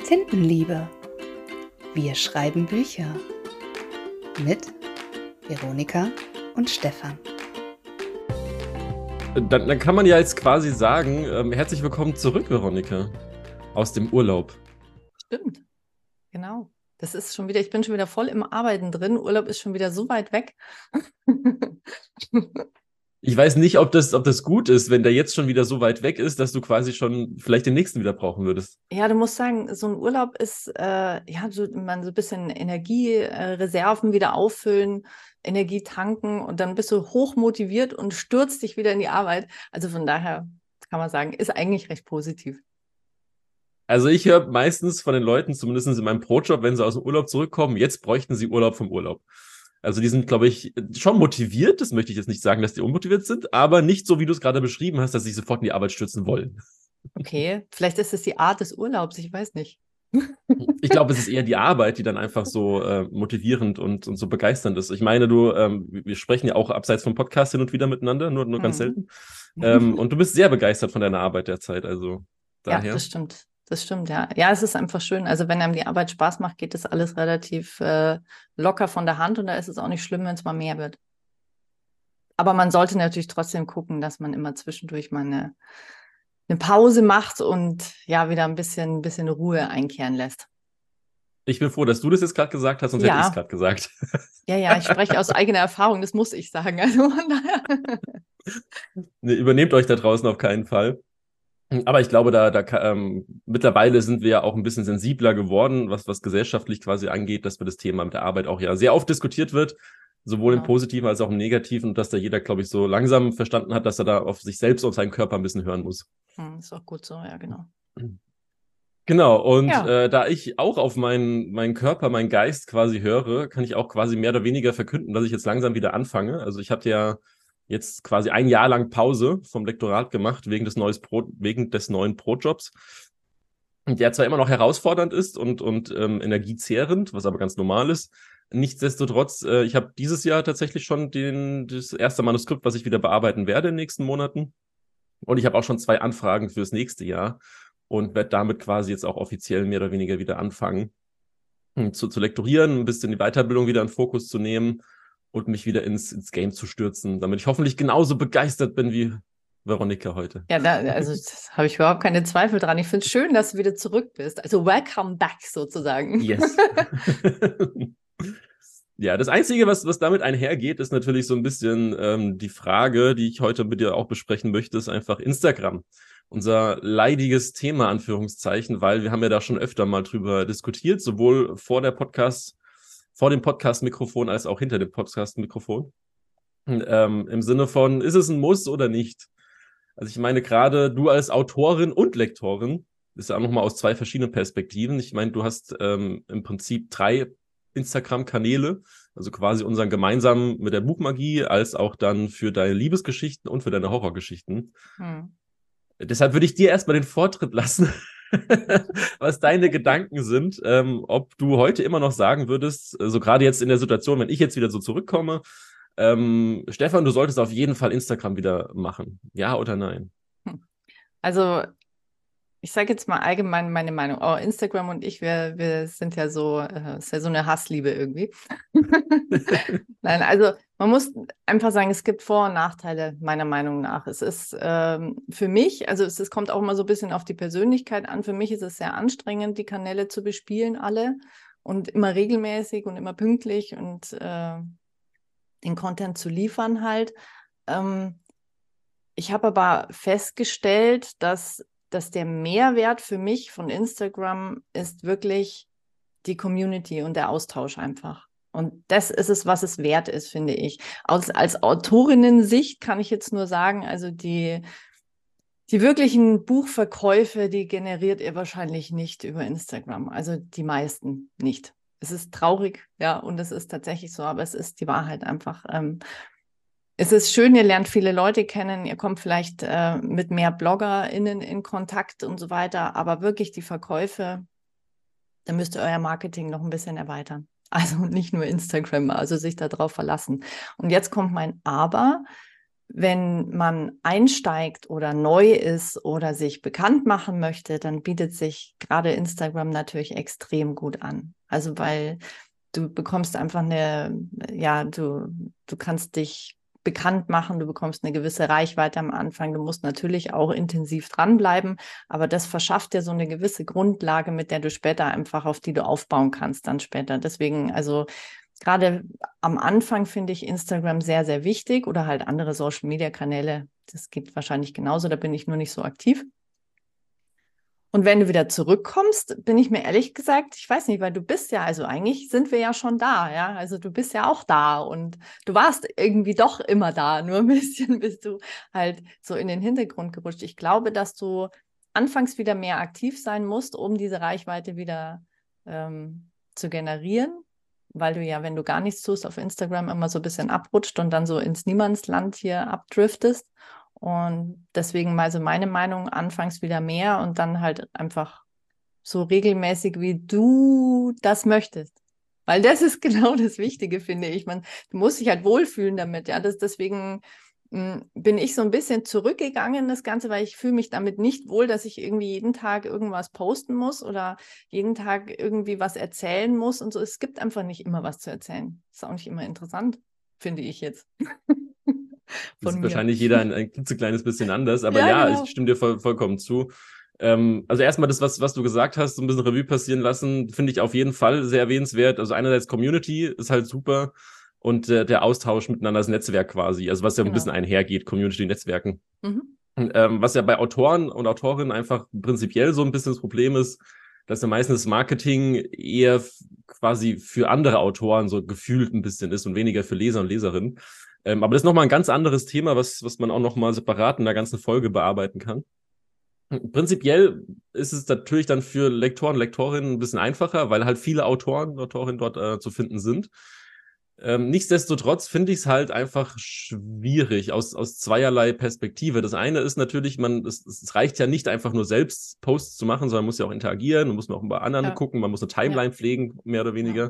Tintenliebe. Wir schreiben Bücher. Mit Veronika und Stefan. Dann kann man ja jetzt quasi sagen, herzlich willkommen zurück, Veronika, aus dem Urlaub. Stimmt, genau. Das ist schon wieder, ich bin schon wieder voll im Arbeiten drin. Urlaub ist schon wieder so weit weg. Ich weiß nicht, ob das gut ist, wenn der jetzt schon wieder so weit weg ist, dass du quasi schon vielleicht den nächsten wieder brauchen würdest. Ja, du musst sagen, so ein Urlaub ist, man so ein bisschen Energiereserven wieder auffüllen, Energie tanken und dann bist du hoch motiviert und stürzt dich wieder in die Arbeit. Also von daher kann man sagen, ist eigentlich recht positiv. Also ich höre meistens von den Leuten, zumindest in meinem Pro-Job, wenn sie aus dem Urlaub zurückkommen, jetzt bräuchten sie Urlaub vom Urlaub. Also die sind, glaube ich, schon motiviert. Das möchte ich jetzt nicht sagen, dass die unmotiviert sind, aber nicht so, wie du es gerade beschrieben hast, dass sie sich sofort in die Arbeit stürzen wollen. Okay, vielleicht ist es die Art des Urlaubs, ich weiß nicht. Ich glaube, es ist eher die Arbeit, die dann einfach so motivierend und so begeisternd ist. Ich meine, wir sprechen ja auch abseits vom Podcast hin und wieder miteinander, nur ganz selten. Und du bist sehr begeistert von deiner Arbeit derzeit, also daher. Ja, das stimmt. Das stimmt, ja. Ja, es ist einfach schön. Also wenn einem die Arbeit Spaß macht, geht das alles relativ locker von der Hand und da ist es auch nicht schlimm, wenn es mal mehr wird. Aber man sollte natürlich trotzdem gucken, dass man immer zwischendurch mal eine Pause macht und ja, wieder ein bisschen Ruhe einkehren lässt. Ich bin froh, dass du das jetzt gerade gesagt hast, sonst hätte ich es gerade gesagt. Ja, ich spreche aus eigener Erfahrung, das muss ich sagen. Also von daher. Nee, übernehmt euch da draußen auf keinen Fall. Aber ich glaube, mittlerweile sind wir ja auch ein bisschen sensibler geworden, was gesellschaftlich quasi angeht, dass wir das Thema mit der Arbeit auch ja sehr oft diskutiert wird, sowohl im Positiven als auch im Negativen und dass da jeder, glaube ich, so langsam verstanden hat, dass er da auf sich selbst und seinen Körper ein bisschen hören muss. Ist auch gut so, ja, genau. Genau, und da ich auch auf meinen Körper, meinen Geist quasi höre, kann ich auch quasi mehr oder weniger verkünden, dass ich jetzt langsam wieder anfange. Also ich hatte ja jetzt quasi ein Jahr lang Pause vom Lektorat gemacht wegen des neuen Pro-Jobs. Der zwar immer noch herausfordernd ist und energiezehrend, was aber ganz normal ist. Nichtsdestotrotz, ich habe dieses Jahr tatsächlich schon das erste Manuskript, was ich wieder bearbeiten werde in den nächsten Monaten. Und ich habe auch schon 2 Anfragen fürs nächste Jahr und werde damit quasi jetzt auch offiziell mehr oder weniger wieder anfangen zu lektorieren, ein bisschen die Weiterbildung wieder in Fokus zu nehmen und mich wieder ins Game zu stürzen, damit ich hoffentlich genauso begeistert bin wie Veronika heute. Ja, also das habe ich überhaupt keine Zweifel dran. Ich finde es schön, dass du wieder zurück bist. Also welcome back sozusagen. Yes. Ja, das Einzige, was damit einhergeht, ist natürlich so ein bisschen die Frage, die ich heute mit dir auch besprechen möchte, ist einfach Instagram. Unser leidiges Thema, Anführungszeichen, weil wir haben ja da schon öfter mal drüber diskutiert, sowohl vor dem Podcast-Mikrofon als auch hinter dem Podcast-Mikrofon. Im Sinne von, ist es ein Muss oder nicht? Also ich meine, gerade du als Autorin und Lektorin, ist ja auch nochmal aus 2 verschiedenen Perspektiven. Ich meine, du hast im Prinzip 3 Instagram-Kanäle, also quasi unseren gemeinsamen mit der Buchmagie, als auch dann für deine Liebesgeschichten und für deine Horrorgeschichten. Deshalb würde ich dir erstmal den Vortritt lassen, was deine Gedanken sind, ob du heute immer noch sagen würdest, also gerade jetzt in der Situation, wenn ich jetzt wieder so zurückkomme, Stefan, du solltest auf jeden Fall Instagram wieder machen. Ja oder nein? Also ich sage jetzt mal allgemein meine Meinung. Oh, Instagram und ich, wir sind ja so, ist ja so eine Hassliebe irgendwie. Nein, also man muss einfach sagen, es gibt Vor- und Nachteile meiner Meinung nach. Es ist für mich, also es kommt auch immer so ein bisschen auf die Persönlichkeit an. Für mich ist es sehr anstrengend, die Kanäle zu bespielen, alle. Und immer regelmäßig und immer pünktlich und den Content zu liefern halt. Ich habe aber festgestellt, dass der Mehrwert für mich von Instagram ist wirklich die Community und der Austausch einfach. Und das ist es, was es wert ist, finde ich. Als Autorinnen-Sicht kann ich jetzt nur sagen, also die wirklichen Buchverkäufe, die generiert ihr wahrscheinlich nicht über Instagram. Also die meisten nicht. Es ist traurig, ja, und es ist tatsächlich so, aber es ist die Wahrheit einfach. Es ist schön, ihr lernt viele Leute kennen, ihr kommt vielleicht mit mehr BloggerInnen in Kontakt und so weiter, aber wirklich die Verkäufe, da müsst ihr euer Marketing noch ein bisschen erweitern. Also nicht nur Instagram, also sich darauf verlassen. Und jetzt kommt mein Aber. wenn man einsteigt oder neu ist oder sich bekannt machen möchte, dann bietet sich gerade Instagram natürlich extrem gut an. Also weil du bekommst einfach du kannst dich bekannt machen, du bekommst eine gewisse Reichweite am Anfang, du musst natürlich auch intensiv dranbleiben, aber das verschafft dir so eine gewisse Grundlage, mit der du später einfach, auf die du aufbauen kannst dann später. Deswegen, also gerade am Anfang finde ich Instagram sehr, sehr wichtig oder halt andere Social-Media-Kanäle. Das geht wahrscheinlich genauso, da bin ich nur nicht so aktiv. Und wenn du wieder zurückkommst, bin ich mir ehrlich gesagt, ich weiß nicht, weil du bist ja, also eigentlich sind wir ja schon da, ja. Also du bist ja auch da und du warst irgendwie doch immer da, nur ein bisschen bist du halt so in den Hintergrund gerutscht. Ich glaube, dass du anfangs wieder mehr aktiv sein musst, um diese Reichweite wieder zu generieren, weil du ja, wenn du gar nichts tust, auf Instagram immer so ein bisschen abrutscht und dann so ins Niemandsland hier abdriftest. Und deswegen mal so meine Meinung, anfangs wieder mehr und dann halt einfach so regelmäßig, wie du das möchtest. Weil das ist genau das Wichtige, finde ich. Du musst dich halt wohlfühlen damit. Ja, deswegen bin ich so ein bisschen zurückgegangen, das Ganze, weil ich fühle mich damit nicht wohl, dass ich irgendwie jeden Tag irgendwas posten muss oder jeden Tag irgendwie was erzählen muss und so. Es gibt einfach nicht immer was zu erzählen. Ist auch nicht immer interessant, finde ich jetzt. Das ist wahrscheinlich jeder ein klitzekleines bisschen anders, aber genau. Ich stimme dir vollkommen zu. Also erstmal das, was du gesagt hast, so ein bisschen Revue passieren lassen, finde ich auf jeden Fall sehr erwähnenswert. Also einerseits Community ist halt super und der Austausch miteinander, das Netzwerk quasi, also was ja ein bisschen einhergeht, Community-Netzwerken. Was ja bei Autoren und Autorinnen einfach prinzipiell so ein bisschen das Problem ist, dass ja meistens Marketing eher quasi für andere Autoren so gefühlt ein bisschen ist und weniger für Leser und Leserinnen. Aber das ist nochmal ein ganz anderes Thema, was man auch nochmal separat in der ganzen Folge bearbeiten kann. Prinzipiell ist es natürlich dann für Lektoren und Lektorinnen ein bisschen einfacher, weil halt viele Autoren und Autorinnen dort zu finden sind. Nichtsdestotrotz finde ich es halt einfach schwierig aus zweierlei Perspektive. Das eine ist natürlich, es reicht ja nicht einfach nur selbst Posts zu machen, sondern man muss ja auch interagieren, man muss auch bei anderen gucken, man muss eine Timeline pflegen, mehr oder weniger.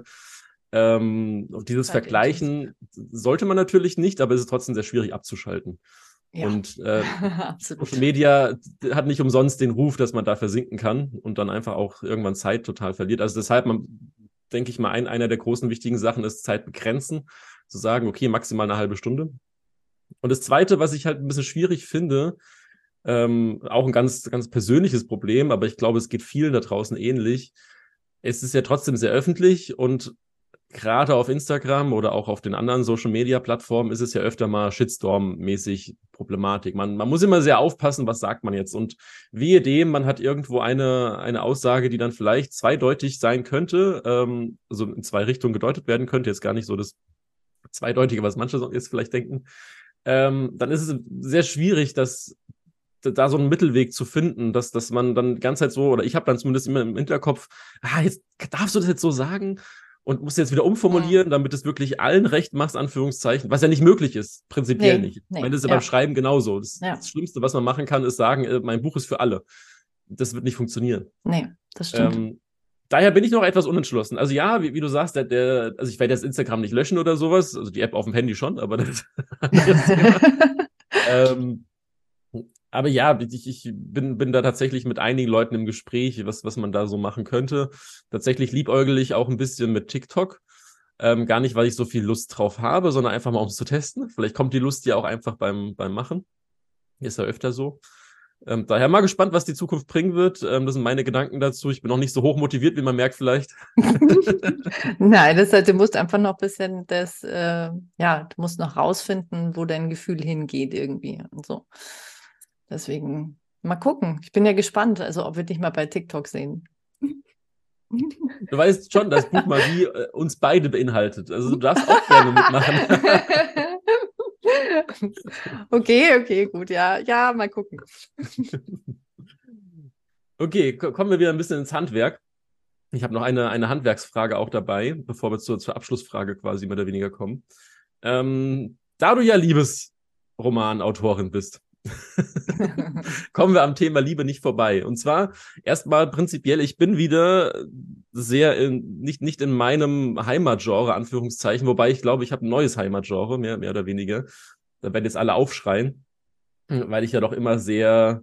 Dieses Vergleichen sollte man natürlich nicht, aber es ist trotzdem sehr schwierig abzuschalten. Ja, und Social Media hat nicht umsonst den Ruf, dass man da versinken kann und dann einfach auch irgendwann Zeit total verliert. Also deshalb, denke ich mal, einer der großen wichtigen Sachen ist Zeit begrenzen, zu sagen, okay, maximal eine halbe Stunde. Und das Zweite, was ich halt ein bisschen schwierig finde, auch ein ganz, ganz persönliches Problem, aber ich glaube, es geht vielen da draußen ähnlich. Es ist ja trotzdem sehr öffentlich und gerade auf Instagram oder auch auf den anderen Social-Media-Plattformen ist es ja öfter mal Shitstorm-mäßig Problematik. Man muss immer sehr aufpassen, was sagt man jetzt. Und wehe dem, man hat irgendwo eine Aussage, die dann vielleicht zweideutig sein könnte, also in zwei Richtungen gedeutet werden könnte, jetzt gar nicht so das Zweideutige, was manche jetzt vielleicht denken. Dann ist es sehr schwierig, da so einen Mittelweg zu finden, dass man dann die ganze Zeit so, oder ich habe dann zumindest immer im Hinterkopf, jetzt darfst du das jetzt so sagen? Und musst jetzt wieder umformulieren, damit es wirklich allen recht machst, Anführungszeichen, was ja nicht möglich ist, prinzipiell nicht. Ich meine, das ist ja beim Schreiben genauso. Das Schlimmste, was man machen kann, ist sagen, mein Buch ist für alle. Das wird nicht funktionieren. Nee, das stimmt. Daher bin ich noch etwas unentschlossen. Also ja, wie du sagst, also ich werde jetzt Instagram nicht löschen oder sowas, also die App auf dem Handy schon, aber das ist ein anderes Thema. Aber ja, ich bin da tatsächlich mit einigen Leuten im Gespräch, was man da so machen könnte. Tatsächlich liebäugel ich auch ein bisschen mit TikTok. Gar nicht, weil ich so viel Lust drauf habe, sondern einfach mal, um es zu testen. Vielleicht kommt die Lust ja auch einfach beim Machen. Ist ja öfter so. Daher mal gespannt, was die Zukunft bringen wird. Das sind meine Gedanken dazu. Ich bin noch nicht so hoch motiviert, wie man merkt vielleicht. Nein, du musst einfach noch ein bisschen du musst noch rausfinden, wo dein Gefühl hingeht irgendwie und so. Deswegen mal gucken. Ich bin ja gespannt, also ob wir dich mal bei TikTok sehen. Du weißt schon, dass Buch Magie uns beide beinhaltet. Also du darfst auch gerne mitmachen. Okay, gut, ja. Ja, mal gucken. Okay, kommen wir wieder ein bisschen ins Handwerk. Ich habe noch eine Handwerksfrage auch dabei, bevor wir zur Abschlussfrage quasi mehr oder weniger kommen. Da du ja Liebesromanautorin bist, kommen wir am Thema Liebe nicht vorbei. Und zwar erstmal prinzipiell, ich bin wieder sehr nicht in meinem Heimatgenre, Anführungszeichen, wobei ich glaube, ich habe ein neues Heimatgenre, mehr oder weniger. Da werden jetzt alle aufschreien, weil ich ja doch immer sehr,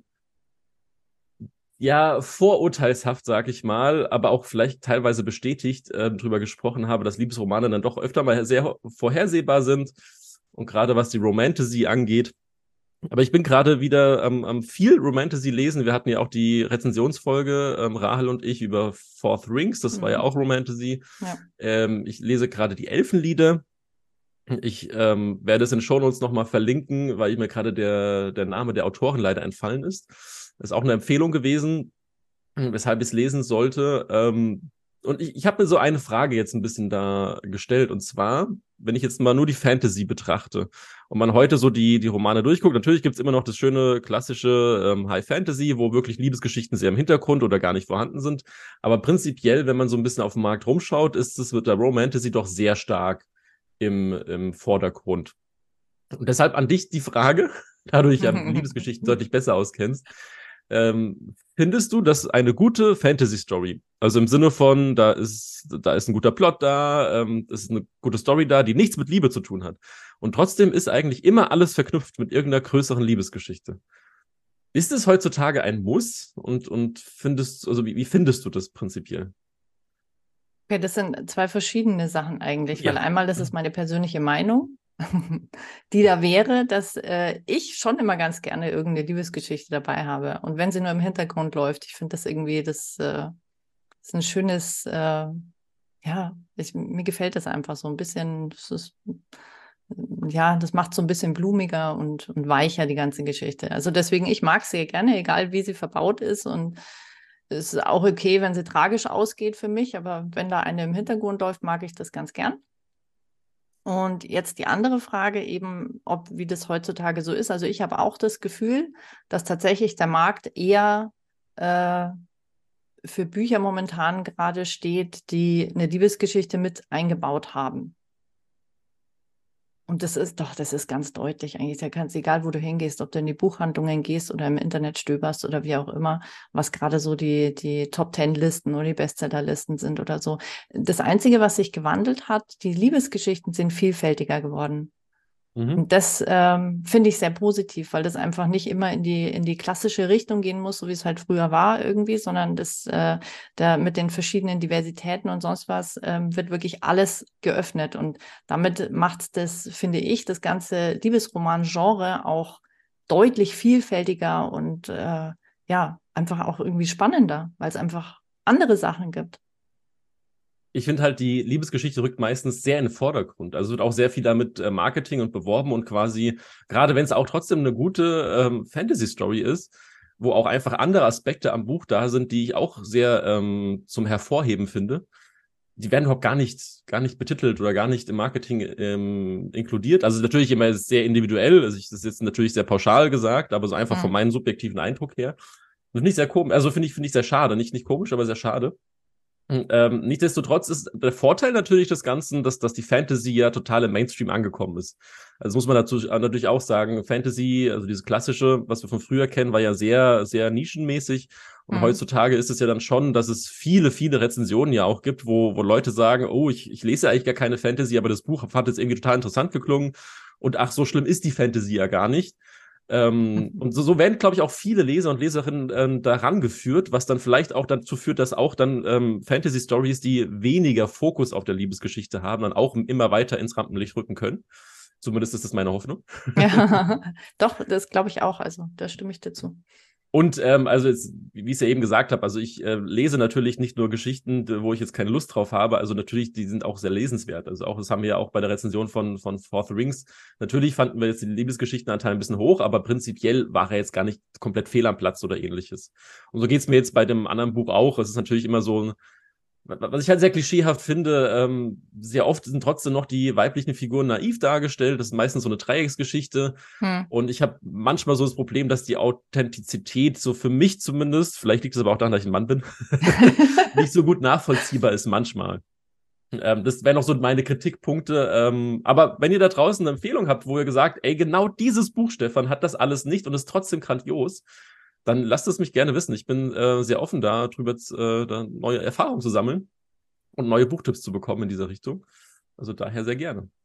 ja, vorurteilshaft, sag ich mal, aber auch vielleicht teilweise bestätigt drüber gesprochen habe, dass Liebesromane dann doch öfter mal sehr vorhersehbar sind. Und gerade was die Romantasy angeht. Aber ich bin gerade wieder am viel Romantasy lesen. Wir hatten ja auch die Rezensionsfolge, Rahel und ich, über Fourth Rings. Das war ja auch Romantasy. Ja. Ich lese gerade die Elfenlieder. Ich werde es in den Shownotes nochmal verlinken, weil mir gerade der Name der Autorin leider entfallen ist. Das ist auch eine Empfehlung gewesen, weshalb ich es lesen sollte. Und ich habe mir so eine Frage jetzt ein bisschen da gestellt. Und zwar, wenn ich jetzt mal nur die Fantasy betrachte und man heute so die Romane durchguckt, natürlich gibt es immer noch das schöne klassische High Fantasy, wo wirklich Liebesgeschichten sehr im Hintergrund oder gar nicht vorhanden sind. Aber prinzipiell, wenn man so ein bisschen auf dem Markt rumschaut, ist es mit der Romantasy doch sehr stark im Vordergrund. Und deshalb an dich die Frage, da du dich ja mit Liebesgeschichten deutlich besser auskennst. Findest du, dass eine gute Fantasy-Story, also im Sinne von, da ist ein guter Plot da, ist eine gute Story da, die nichts mit Liebe zu tun hat. Und trotzdem ist eigentlich immer alles verknüpft mit irgendeiner größeren Liebesgeschichte. Ist es heutzutage ein Muss? Und wie findest du das prinzipiell? Okay, das sind zwei verschiedene Sachen eigentlich, Ja. weil einmal, das ist meine persönliche Meinung, die da wäre, dass ich schon immer ganz gerne irgendeine Liebesgeschichte dabei habe. Und wenn sie nur im Hintergrund läuft, ich finde das irgendwie, das ist ein schönes, mir gefällt das einfach so ein bisschen, das macht so ein bisschen blumiger und weicher, die ganze Geschichte. Also deswegen, ich mag sie gerne, egal wie sie verbaut ist, und es ist auch okay, wenn sie tragisch ausgeht für mich, aber wenn da eine im Hintergrund läuft, mag ich das ganz gern. Und jetzt die andere Frage eben, wie das heutzutage so ist. Also ich habe auch das Gefühl, dass tatsächlich der Markt eher für Bücher momentan gerade steht, die eine Liebesgeschichte mit eingebaut haben. Und das ist ganz deutlich eigentlich. Da kannst, egal wo du hingehst, ob du in die Buchhandlungen gehst oder im Internet stöberst oder wie auch immer, was gerade so die Top-10-Listen oder die Bestseller-Listen sind oder so. Das Einzige, was sich gewandelt hat, die Liebesgeschichten sind vielfältiger geworden. Und das finde ich sehr positiv, weil das einfach nicht immer in die klassische Richtung gehen muss, so wie es halt früher war irgendwie, sondern das da mit den verschiedenen Diversitäten und sonst was wird wirklich alles geöffnet. Und damit macht das, finde ich, das ganze Liebesroman-Genre auch deutlich vielfältiger und einfach auch irgendwie spannender, weil es einfach andere Sachen gibt. Ich finde halt, die Liebesgeschichte rückt meistens sehr in den Vordergrund. Also wird auch sehr viel damit Marketing und beworben und quasi, gerade wenn es auch trotzdem eine gute Fantasy-Story ist, wo auch einfach andere Aspekte am Buch da sind, die ich auch sehr zum Hervorheben finde, die werden überhaupt gar nicht betitelt oder gar nicht im Marketing inkludiert. Also natürlich immer sehr individuell. Also das ist jetzt natürlich sehr pauschal gesagt, aber so einfach von meinem subjektiven Eindruck her. Das ist nicht sehr komisch. Also finde ich sehr schade. Nicht komisch, aber sehr schade. Nichtsdestotrotz ist der Vorteil natürlich des Ganzen, dass die Fantasy ja total im Mainstream angekommen ist. Also muss man dazu natürlich auch sagen, Fantasy, also dieses klassische, was wir von früher kennen, war ja sehr, sehr nischenmäßig. Und heutzutage ist es ja dann schon, dass es viele, viele Rezensionen ja auch gibt, wo Leute sagen, oh, ich lese ja eigentlich gar keine Fantasy, aber das Buch hat jetzt irgendwie total interessant geklungen. Und ach, so schlimm ist die Fantasy ja gar nicht. Und so werden, glaube ich, auch viele Leser und Leserinnen daran geführt, was dann vielleicht auch dazu führt, dass auch dann Fantasy-Stories, die weniger Fokus auf der Liebesgeschichte haben, dann auch immer weiter ins Rampenlicht rücken können. Zumindest ist das meine Hoffnung. Ja, doch, das glaube ich auch. Also da stimme ich dazu. Und also jetzt, wie ich es ja eben gesagt habe, also ich lese natürlich nicht nur Geschichten, wo ich jetzt keine Lust drauf habe, also natürlich, die sind auch sehr lesenswert. Also auch, das haben wir ja auch bei der Rezension von Fourth Rings. Natürlich fanden wir jetzt den Liebesgeschichtenanteil ein bisschen hoch, aber prinzipiell war er jetzt gar nicht komplett fehl am Platz oder ähnliches. Und so geht es mir jetzt bei dem anderen Buch auch. Es ist natürlich immer so was ich halt sehr klischeehaft finde, sehr oft sind trotzdem noch die weiblichen Figuren naiv dargestellt. Das ist meistens so eine Dreiecksgeschichte. Und ich habe manchmal so das Problem, dass die Authentizität, so für mich zumindest, vielleicht liegt es aber auch daran, dass ich ein Mann bin, nicht so gut nachvollziehbar ist manchmal. Das wären noch so meine Kritikpunkte. Aber wenn ihr da draußen eine Empfehlung habt, wo ihr gesagt, ey, genau dieses Buch, Stefan, hat das alles nicht und ist trotzdem grandios, dann lasst es mich gerne wissen. Ich bin sehr offen darüber, da neue Erfahrungen zu sammeln und neue Buchtipps zu bekommen in dieser Richtung. Also daher sehr gerne.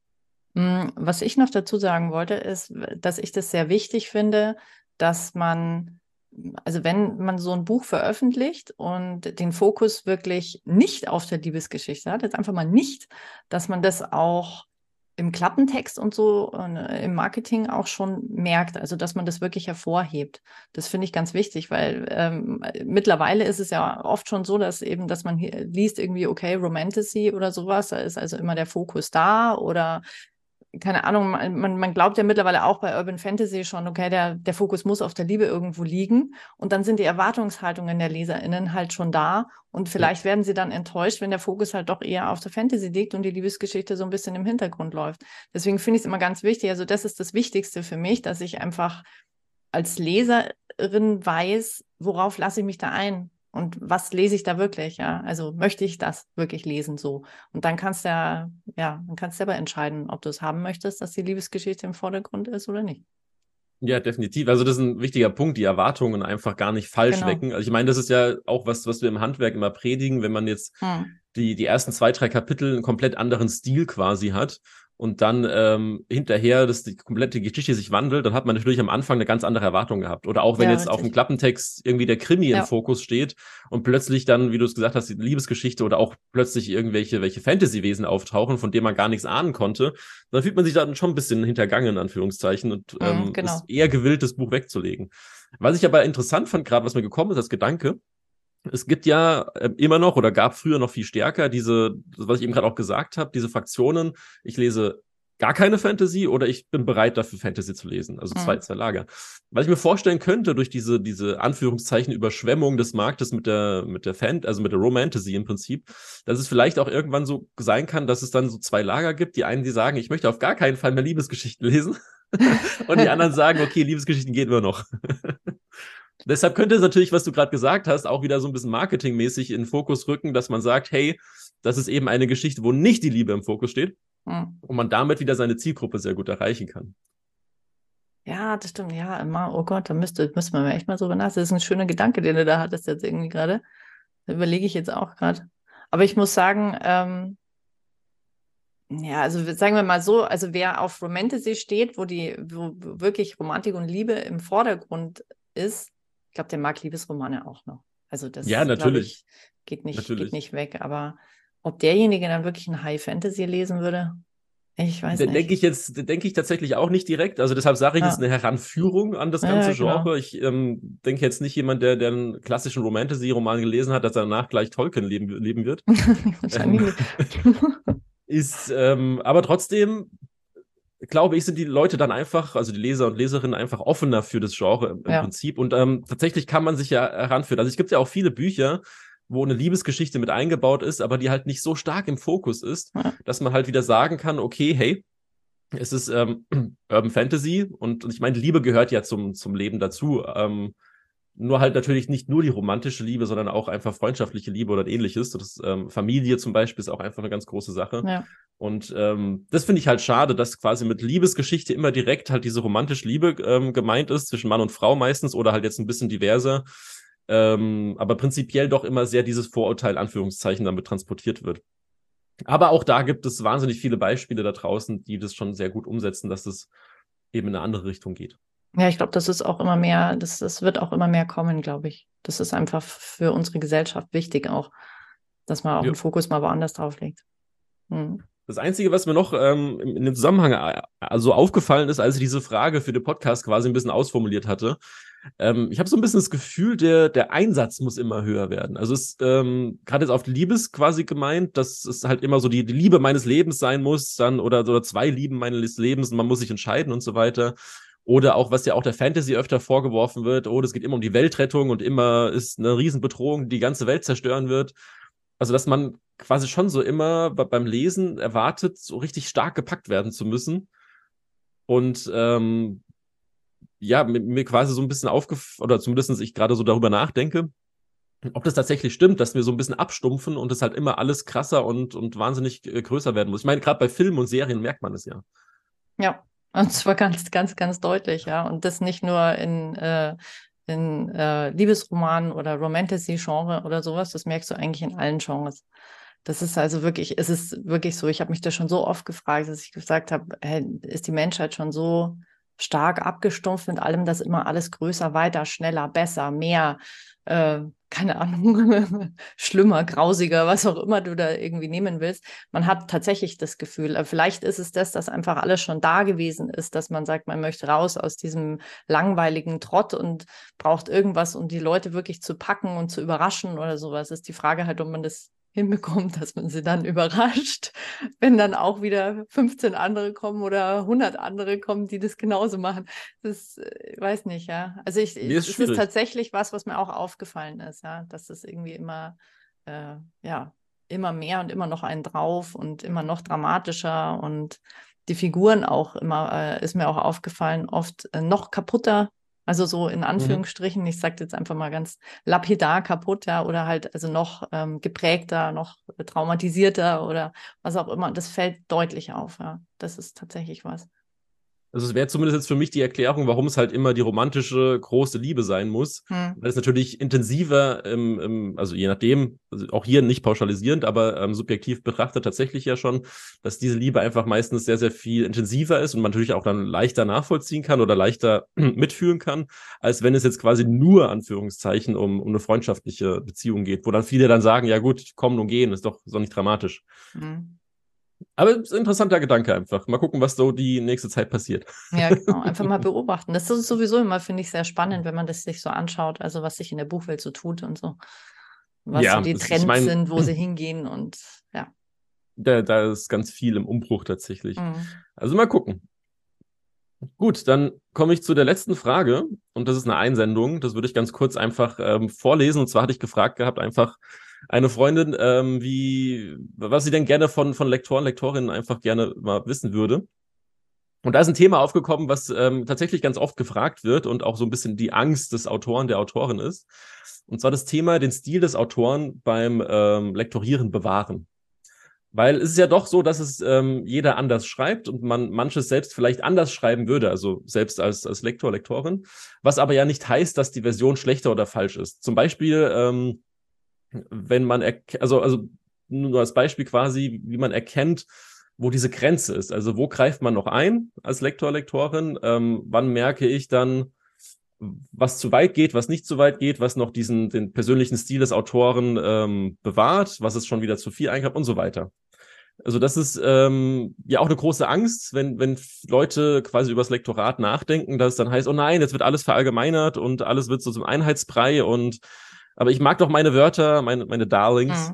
Was ich noch dazu sagen wollte, ist, dass ich das sehr wichtig finde, dass man, also wenn man so ein Buch veröffentlicht und den Fokus wirklich nicht auf der Liebesgeschichte hat, jetzt einfach mal nicht, dass man das auch im Klappentext und so im Marketing auch schon merkt, also dass man das wirklich hervorhebt. Das finde ich ganz wichtig, weil mittlerweile ist es ja oft schon so, dass man hier liest irgendwie, okay, Romantasy oder sowas, da ist also immer der Fokus da oder keine Ahnung, man glaubt ja mittlerweile auch bei Urban Fantasy schon, okay, der Fokus muss auf der Liebe irgendwo liegen und dann sind die Erwartungshaltungen der LeserInnen halt schon da und vielleicht werden sie dann enttäuscht, wenn der Fokus halt doch eher auf der Fantasy liegt und die Liebesgeschichte so ein bisschen im Hintergrund läuft. Deswegen finde ich es immer ganz wichtig, also das ist das Wichtigste für mich, dass ich einfach als Leserin weiß, worauf lasse ich mich da ein? Und was lese ich da wirklich, ja? Also möchte ich das wirklich lesen so? Und dann kannst du dann kannst du selber entscheiden, ob du es haben möchtest, dass die Liebesgeschichte im Vordergrund ist oder nicht. Ja, definitiv. Also das ist ein wichtiger Punkt, die Erwartungen einfach gar nicht falsch wecken. Also ich meine, das ist ja auch was wir im Handwerk immer predigen, wenn man jetzt die ersten 2, 3 Kapitel einen komplett anderen Stil quasi hat und dann hinterher die komplette Geschichte sich wandelt, dann hat man natürlich am Anfang eine ganz andere Erwartung gehabt. Oder auch wenn jetzt auf dem Klappentext irgendwie der Krimi im Fokus steht und plötzlich dann, wie du es gesagt hast, die Liebesgeschichte oder auch plötzlich welche Fantasy-Wesen auftauchen, von denen man gar nichts ahnen konnte, dann fühlt man sich dann schon ein bisschen hintergangen, in Anführungszeichen, und ist eher gewillt, das Buch wegzulegen. Was ich aber interessant fand, gerade was mir gekommen ist als Gedanke, es gibt ja immer noch oder gab früher noch viel stärker was ich eben gerade auch gesagt habe, diese Fraktionen, ich lese gar keine Fantasy oder ich bin bereit dafür Fantasy zu lesen, also zwei Lager. Was ich mir vorstellen könnte, durch diese Anführungszeichen Überschwemmung des Marktes mit der Romantasy im Prinzip, dass es vielleicht auch irgendwann so sein kann, dass es dann so 2 Lager gibt, die einen, die sagen, ich möchte auf gar keinen Fall mehr Liebesgeschichten lesen und die anderen sagen, okay, Liebesgeschichten geht immer noch. Deshalb könnte es natürlich, was du gerade gesagt hast, auch wieder so ein bisschen marketingmäßig in den Fokus rücken, dass man sagt, hey, das ist eben eine Geschichte, wo nicht die Liebe im Fokus steht und man damit wieder seine Zielgruppe sehr gut erreichen kann. Ja, das stimmt. Ja, immer, oh Gott, da müsste man echt mal drüber nachdenken. Das ist ein schöner Gedanke, den du da hattest jetzt irgendwie gerade. Da überlege ich jetzt auch gerade. Aber ich muss sagen, ja, also sagen wir mal so, also wer auf Romantasy steht, wo wirklich Romantik und Liebe im Vordergrund ist, ich glaube, der mag Liebesromane auch noch. Also das, ja, natürlich. Geht nicht weg. Aber ob derjenige dann wirklich ein High Fantasy lesen würde, ich weiß nicht. Denke ich tatsächlich auch nicht direkt. Also deshalb sage ich, es ist eine Heranführung an das ganze Genre. Genau. Ich denke jetzt nicht jemand, der einen klassischen Romantasy-Roman gelesen hat, dass er danach gleich Tolkien leben wird. Wahrscheinlich nicht. Aber trotzdem glaube ich, sind die Leute dann einfach, also die Leser und Leserinnen einfach offener für das Genre im Prinzip. Und tatsächlich kann man sich ja heranführen. Also es gibt ja auch viele Bücher, wo eine Liebesgeschichte mit eingebaut ist, aber die halt nicht so stark im Fokus ist, dass man halt wieder sagen kann, okay, hey, es ist Urban Fantasy und ich meine, Liebe gehört ja zum Leben dazu. Nur halt natürlich nicht nur die romantische Liebe, sondern auch einfach freundschaftliche Liebe oder ähnliches. Familie zum Beispiel ist auch einfach eine ganz große Sache. Ja. Und das finde ich halt schade, dass quasi mit Liebesgeschichte immer direkt halt diese romantische Liebe gemeint ist, zwischen Mann und Frau meistens oder halt jetzt ein bisschen diverser. Aber prinzipiell doch immer sehr dieses Vorurteil, Anführungszeichen, damit transportiert wird. Aber auch da gibt es wahnsinnig viele Beispiele da draußen, die das schon sehr gut umsetzen, dass es eben in eine andere Richtung geht. Ja, ich glaube, das ist auch immer mehr, das wird auch immer mehr kommen, glaube ich. Das ist einfach für unsere Gesellschaft wichtig auch, dass man auch den Fokus mal woanders drauf legt. Das Einzige, was mir noch in dem Zusammenhang also aufgefallen ist, als ich diese Frage für den Podcast quasi ein bisschen ausformuliert hatte, ich habe so ein bisschen das Gefühl, der Einsatz muss immer höher werden. Also es gerade jetzt auf die Liebes quasi gemeint, dass es halt immer so die Liebe meines Lebens sein muss, dann oder 2 Lieben meines Lebens und man muss sich entscheiden und so weiter. Oder auch, was ja auch der Fantasy öfter vorgeworfen wird, es geht immer um die Weltrettung und immer ist eine Riesenbedrohung, die die ganze Welt zerstören wird. Also, dass man quasi schon so immer beim Lesen erwartet, so richtig stark gepackt werden zu müssen. Und mir quasi so ein bisschen oder zumindest ich gerade so darüber nachdenke, ob das tatsächlich stimmt, dass wir so ein bisschen abstumpfen und es halt immer alles krasser und wahnsinnig größer werden muss. Ich meine, gerade bei Filmen und Serien merkt man es ja. Ja. Und zwar ganz, ganz, ganz deutlich, ja. Und das nicht nur in Liebesromanen oder Romantasy-Genre oder sowas, das merkst du eigentlich in allen Genres. Das ist also wirklich, es ist wirklich so, ich habe mich das schon so oft gefragt, dass ich gesagt habe, hey, ist die Menschheit schon so stark abgestumpft mit allem, dass immer alles größer, weiter, schneller, besser, mehr, keine Ahnung, schlimmer, grausiger, was auch immer du da irgendwie nehmen willst. Man hat tatsächlich das Gefühl, vielleicht ist es das, dass einfach alles schon da gewesen ist, dass man sagt, man möchte raus aus diesem langweiligen Trott und braucht irgendwas, um die Leute wirklich zu packen und zu überraschen oder sowas. Ist die Frage halt, ob man das hinbekommt, dass man sie dann überrascht, wenn dann auch wieder 15 andere kommen oder 100 andere kommen, die das genauso machen. Das weiß nicht, ja. Also es ist tatsächlich was mir auch aufgefallen ist, ja, dass es irgendwie immer, immer mehr und immer noch einen drauf und immer noch dramatischer und die Figuren auch immer, ist mir auch aufgefallen, oft noch kaputter. Also so in Anführungsstrichen, ich sage jetzt einfach mal ganz lapidar kaputt, ja, oder halt also noch geprägter, noch traumatisierter oder was auch immer. Das fällt deutlich auf, ja. Das ist tatsächlich was. Also es wäre zumindest jetzt für mich die Erklärung, warum es halt immer die romantische große Liebe sein muss. Weil es natürlich intensiver, also je nachdem, also auch hier nicht pauschalisierend, aber subjektiv betrachtet tatsächlich ja schon, dass diese Liebe einfach meistens sehr, sehr viel intensiver ist und man natürlich auch dann leichter nachvollziehen kann oder leichter mitfühlen kann, als wenn es jetzt quasi nur, Anführungszeichen, um eine freundschaftliche Beziehung geht, wo dann viele dann sagen, ja gut, kommen und gehen, ist doch nicht dramatisch. Aber es ist ein interessanter Gedanke einfach. Mal gucken, was so die nächste Zeit passiert. Ja, genau. Einfach mal beobachten. Das ist sowieso immer, finde ich, sehr spannend, wenn man das sich so anschaut, also was sich in der Buchwelt so tut und so. Was so die Trends sind, wo sie hingehen und ja. Da ist ganz viel im Umbruch tatsächlich. Also mal gucken. Gut, dann komme ich zu der letzten Frage und das ist eine Einsendung. Das würde ich ganz kurz einfach vorlesen. Und zwar hatte ich gefragt gehabt, einfach eine Freundin, was sie denn gerne von Lektoren, Lektorinnen einfach gerne mal wissen würde. Und da ist ein Thema aufgekommen, was tatsächlich ganz oft gefragt wird und auch so ein bisschen die Angst des Autoren, der Autorin ist. Und zwar das Thema, den Stil des Autoren beim Lektorieren bewahren. Weil es ist ja doch so, dass es jeder anders schreibt und man manches selbst vielleicht anders schreiben würde, also selbst als Lektor, Lektorin, was aber ja nicht heißt, dass die Version schlechter oder falsch ist. Zum Beispiel, wenn man, also nur als Beispiel quasi, wie man erkennt, wo diese Grenze ist. Also wo greift man noch ein als Lektor, Lektorin? Wann merke ich dann, was zu weit geht, was nicht zu weit geht, was noch den persönlichen Stil des Autoren bewahrt, was es schon wieder zu viel eingreift und so weiter. Also das ist ja auch eine große Angst, wenn Leute quasi über das Lektorat nachdenken, dass es dann heißt, oh nein, jetzt wird alles verallgemeinert und alles wird so zum Einheitsbrei aber ich mag doch meine Wörter, meine Darlings.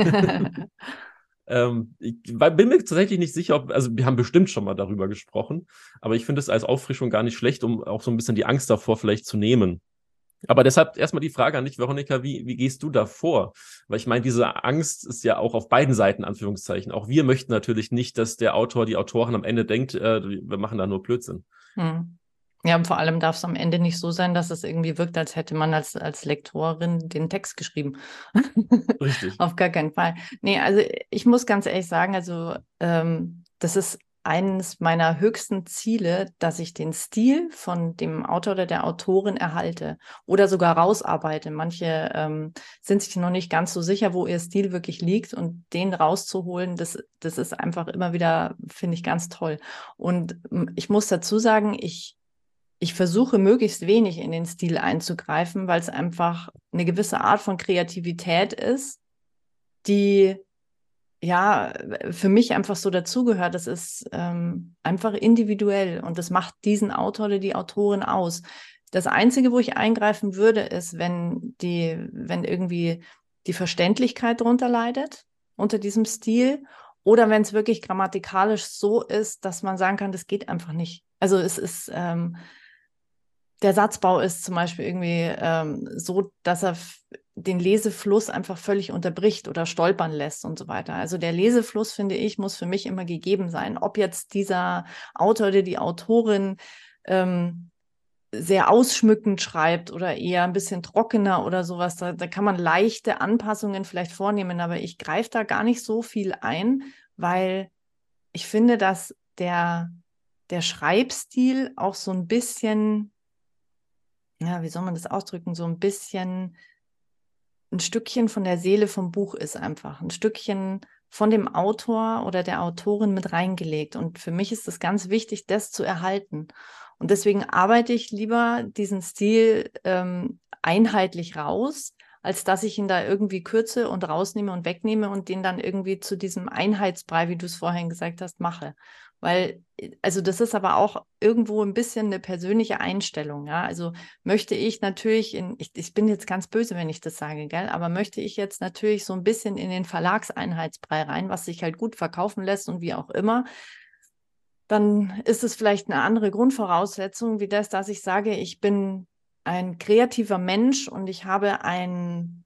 Ich bin mir tatsächlich nicht sicher, also wir haben bestimmt schon mal darüber gesprochen, aber ich finde es als Auffrischung gar nicht schlecht, um auch so ein bisschen die Angst davor vielleicht zu nehmen. Aber deshalb erstmal die Frage an dich, Veronika, wie gehst du da vor? Weil ich meine, diese Angst ist ja auch auf beiden Seiten, Anführungszeichen. Auch wir möchten natürlich nicht, dass der Autor, die Autorin am Ende denkt, wir machen da nur Blödsinn. Ja, und vor allem darf es am Ende nicht so sein, dass es irgendwie wirkt, als hätte man als Lektorin den Text geschrieben. Richtig. Auf gar keinen Fall. Nee, also ich muss ganz ehrlich sagen, also das ist eines meiner höchsten Ziele, dass ich den Stil von dem Autor oder der Autorin erhalte oder sogar rausarbeite. Manche sind sich noch nicht ganz so sicher, wo ihr Stil wirklich liegt und den rauszuholen, das ist einfach immer wieder, finde ich, ganz toll. Und ich muss dazu sagen, ich versuche möglichst wenig in den Stil einzugreifen, weil es einfach eine gewisse Art von Kreativität ist, die ja für mich einfach so dazugehört. Das ist einfach individuell und das macht diesen Autor oder die Autorin aus. Das Einzige, wo ich eingreifen würde, ist, wenn irgendwie die Verständlichkeit darunter leidet, unter diesem Stil, oder wenn es wirklich grammatikalisch so ist, dass man sagen kann, das geht einfach nicht. Also es ist der Satzbau ist zum Beispiel irgendwie so, dass er den Lesefluss einfach völlig unterbricht oder stolpern lässt und so weiter. Also der Lesefluss, finde ich, muss für mich immer gegeben sein. Ob jetzt dieser Autor oder die Autorin sehr ausschmückend schreibt oder eher ein bisschen trockener oder sowas, da kann man leichte Anpassungen vielleicht vornehmen, aber ich greife da gar nicht so viel ein, weil ich finde, dass der Schreibstil auch so ein bisschen, ja, wie soll man das ausdrücken, so ein bisschen ein Stückchen von der Seele vom Buch ist einfach. Ein Stückchen von dem Autor oder der Autorin mit reingelegt. Und für mich ist es ganz wichtig, das zu erhalten. Und deswegen arbeite ich lieber diesen Stil einheitlich raus, als dass ich ihn da irgendwie kürze und rausnehme und wegnehme und den dann irgendwie zu diesem Einheitsbrei, wie du es vorhin gesagt hast, mache. Weil, also das ist aber auch irgendwo ein bisschen eine persönliche Einstellung, ja. Also möchte ich natürlich, ich bin jetzt ganz böse, wenn ich das sage, gell, aber möchte ich jetzt natürlich so ein bisschen in den Verlagseinheitsbrei rein, was sich halt gut verkaufen lässt und wie auch immer, dann ist es vielleicht eine andere Grundvoraussetzung, wie das, dass ich sage, ich bin ein kreativer Mensch und ich habe ein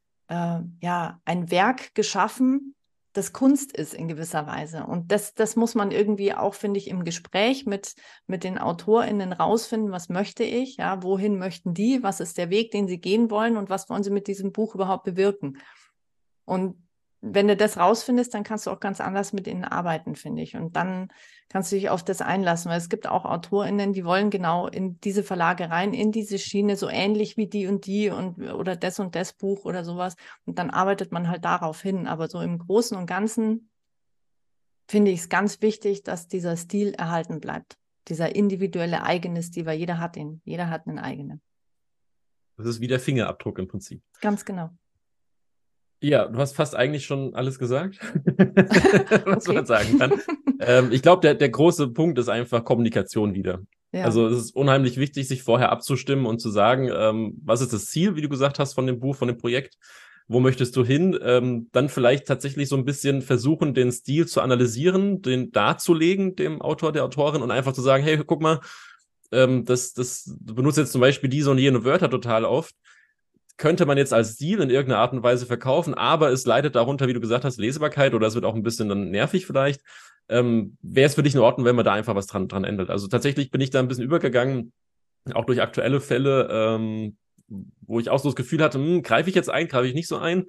Werk geschaffen, das Kunst ist in gewisser Weise. Und das muss man irgendwie auch, finde ich, im Gespräch mit den AutorInnen rausfinden, was möchte ich, ja, wohin möchten die, was ist der Weg, den sie gehen wollen und was wollen sie mit diesem Buch überhaupt bewirken. Und wenn du das rausfindest, dann kannst du auch ganz anders mit ihnen arbeiten, finde ich. Und dann kannst du dich auf das einlassen, weil es gibt auch AutorInnen, die wollen genau in diese Verlage rein, in diese Schiene, so ähnlich wie die und die oder das Buch oder sowas. Und dann arbeitet man halt darauf hin. Aber so im Großen und Ganzen finde ich es ganz wichtig, dass dieser Stil erhalten bleibt. Dieser individuelle eigene Stil, weil jeder hat ihn. Jeder hat einen eigenen. Das ist wie der Fingerabdruck im Prinzip. Ganz genau. Ja, du hast fast eigentlich schon alles gesagt, was man sagen kann. Ich glaube, der große Punkt ist einfach Kommunikation wieder. Ja. Also es ist unheimlich wichtig, sich vorher abzustimmen und zu sagen, was ist das Ziel, wie du gesagt hast, von dem Buch, von dem Projekt, wo möchtest du hin? Dann vielleicht tatsächlich so ein bisschen versuchen, den Stil zu analysieren, den darzulegen, dem Autor, der Autorin und einfach zu sagen, hey, guck mal, du benutzt jetzt zum Beispiel diese und jene Wörter total oft. Könnte man jetzt als Stil in irgendeiner Art und Weise verkaufen, aber es leidet darunter, wie du gesagt hast, Lesbarkeit oder es wird auch ein bisschen dann nervig vielleicht. Wäre es für dich in Ordnung, wenn man da einfach was dran ändert? Also tatsächlich bin ich da ein bisschen übergegangen, auch durch aktuelle Fälle, wo ich auch so das Gefühl hatte, greife ich jetzt ein, greife ich nicht so ein,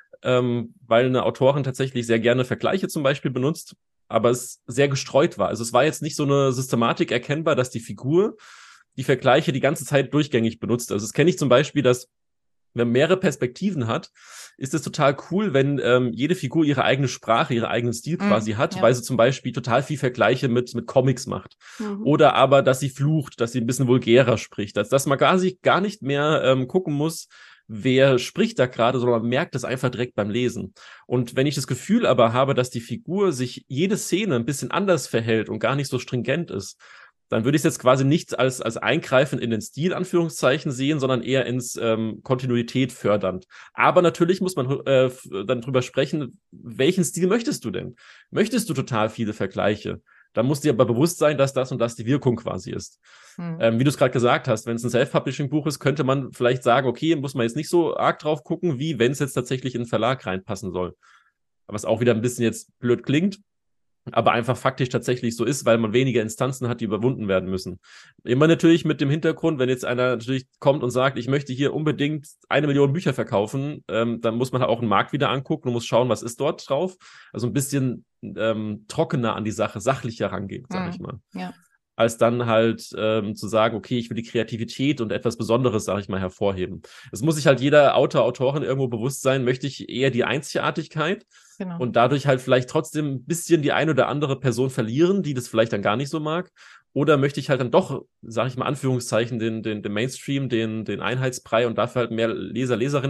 weil eine Autorin tatsächlich sehr gerne Vergleiche zum Beispiel benutzt, aber es sehr gestreut war. Also es war jetzt nicht so eine Systematik erkennbar, dass die Figur die Vergleiche die ganze Zeit durchgängig benutzt. Also das kenne ich zum Beispiel, dass wenn man mehrere Perspektiven hat, ist es total cool, wenn jede Figur ihre eigene Sprache, ihren eigenen Stil quasi hat, weil sie zum Beispiel total viel Vergleiche mit Comics macht. Oder aber, dass sie flucht, dass sie ein bisschen vulgärer spricht. Dass man gar nicht mehr gucken muss, wer spricht da gerade, sondern man merkt das einfach direkt beim Lesen. Und wenn ich das Gefühl aber habe, dass die Figur sich jede Szene ein bisschen anders verhält und gar nicht so stringent ist, dann würde ich es jetzt quasi nicht als Eingreifen in den Stil, Anführungszeichen, sehen, sondern eher ins Kontinuität fördernd. Aber natürlich muss man dann drüber sprechen, welchen Stil möchtest du denn? Möchtest du total viele Vergleiche? Dann muss dir aber bewusst sein, dass das und das die Wirkung quasi ist. Wie du es gerade gesagt hast, wenn es ein Self-Publishing-Buch ist, könnte man vielleicht sagen, okay, muss man jetzt nicht so arg drauf gucken, wie wenn es jetzt tatsächlich in den Verlag reinpassen soll. Was auch wieder ein bisschen jetzt blöd klingt, aber einfach faktisch tatsächlich so ist, weil man weniger Instanzen hat, die überwunden werden müssen. Immer natürlich mit dem Hintergrund, wenn jetzt einer natürlich kommt und sagt, ich möchte hier unbedingt 1 Million Bücher verkaufen, dann muss man auch einen Markt wieder angucken und muss schauen, was ist dort drauf. Also ein bisschen trockener an die Sache, sachlicher rangehen, sag ich mal. Ja. Als dann halt zu sagen, okay, ich will die Kreativität und etwas Besonderes, sage ich mal, hervorheben. Es muss sich halt jeder Autor, Autorin irgendwo bewusst sein, möchte ich eher die Einzigartigkeit und dadurch halt vielleicht trotzdem ein bisschen die eine oder andere Person verlieren, die das vielleicht dann gar nicht so mag. Oder möchte ich halt dann doch, sage ich mal, Anführungszeichen, den Mainstream, den Einheitsbrei und dafür halt mehr Leser, Leserinnen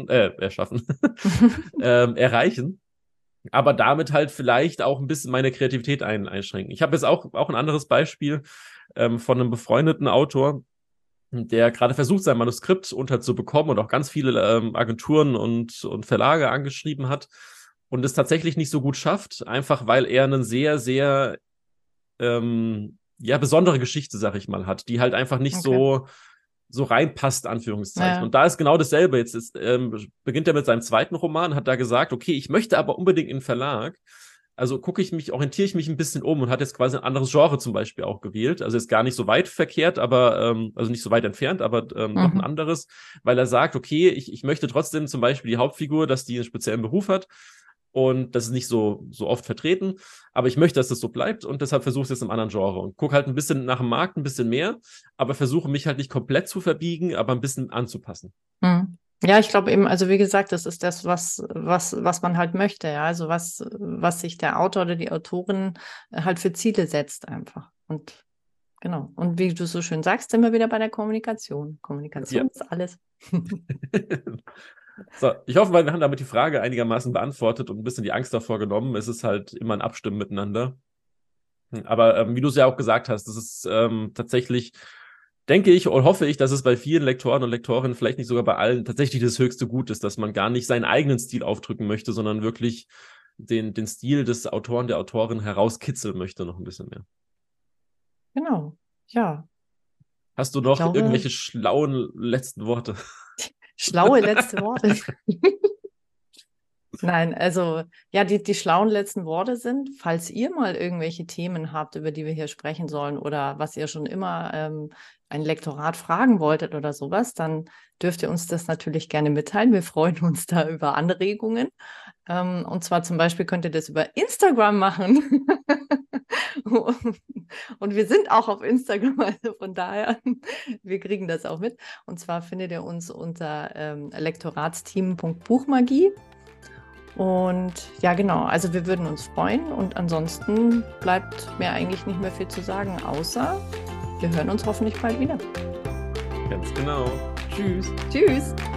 erreichen. Aber damit halt vielleicht auch ein bisschen meine Kreativität einschränken. Ich habe jetzt auch ein anderes Beispiel von einem befreundeten Autor, der gerade versucht, sein Manuskript unterzubekommen und auch ganz viele Agenturen und Verlage angeschrieben hat und es tatsächlich nicht so gut schafft, einfach weil er einen sehr, sehr besondere Geschichte, sag ich mal, hat, die halt einfach nicht so reinpasst, Anführungszeichen. Ja. Und da ist genau dasselbe. Jetzt beginnt er mit seinem zweiten Roman, hat da gesagt, okay, ich möchte aber unbedingt in den Verlag. Also orientiere ich mich ein bisschen um und hat jetzt quasi ein anderes Genre zum Beispiel auch gewählt. Also jetzt gar nicht so weit verkehrt, aber also nicht so weit entfernt, aber noch ein anderes, weil er sagt, okay, ich möchte trotzdem zum Beispiel die Hauptfigur, dass die einen speziellen Beruf hat. Und das ist nicht so oft vertreten. Aber ich möchte, dass das so bleibt und deshalb versuche ich es jetzt im anderen Genre und gucke halt ein bisschen nach dem Markt, ein bisschen mehr, aber versuche mich halt nicht komplett zu verbiegen, aber ein bisschen anzupassen. Ja, ich glaube eben, also wie gesagt, das ist das, was man halt möchte, ja. Also was sich der Autor oder die Autorin halt für Ziele setzt einfach. Und genau. Und wie du so schön sagst, immer wieder bei der Kommunikation. Kommunikation ist alles. So, ich hoffe mal, wir haben damit die Frage einigermaßen beantwortet und ein bisschen die Angst davor genommen. Es ist halt immer ein Abstimmen miteinander. Aber wie du es ja auch gesagt hast, das ist tatsächlich, denke ich und hoffe ich, dass es bei vielen Lektoren und Lektorinnen, vielleicht nicht sogar bei allen, tatsächlich das höchste Gut ist, dass man gar nicht seinen eigenen Stil aufdrücken möchte, sondern wirklich den Stil des Autoren, der Autorin herauskitzeln möchte noch ein bisschen mehr. Genau, ja. Hast du noch irgendwelche schlauen letzten Worte? Schlaue letzte Worte. Nein, also ja, die schlauen letzten Worte sind, falls ihr mal irgendwelche Themen habt, über die wir hier sprechen sollen oder was ihr schon immer ein Lektorat fragen wolltet oder sowas, dann dürft ihr uns das natürlich gerne mitteilen. Wir freuen uns da über Anregungen. Und zwar zum Beispiel könnt ihr das über Instagram machen. Und wir sind auch auf Instagram, also von daher, wir kriegen das auch mit. Und zwar findet ihr uns unter lektoratsteam.buchmagie. Und ja, genau, also wir würden uns freuen und ansonsten bleibt mir eigentlich nicht mehr viel zu sagen, außer wir hören uns hoffentlich bald wieder. Ganz genau. Tschüss. Tschüss.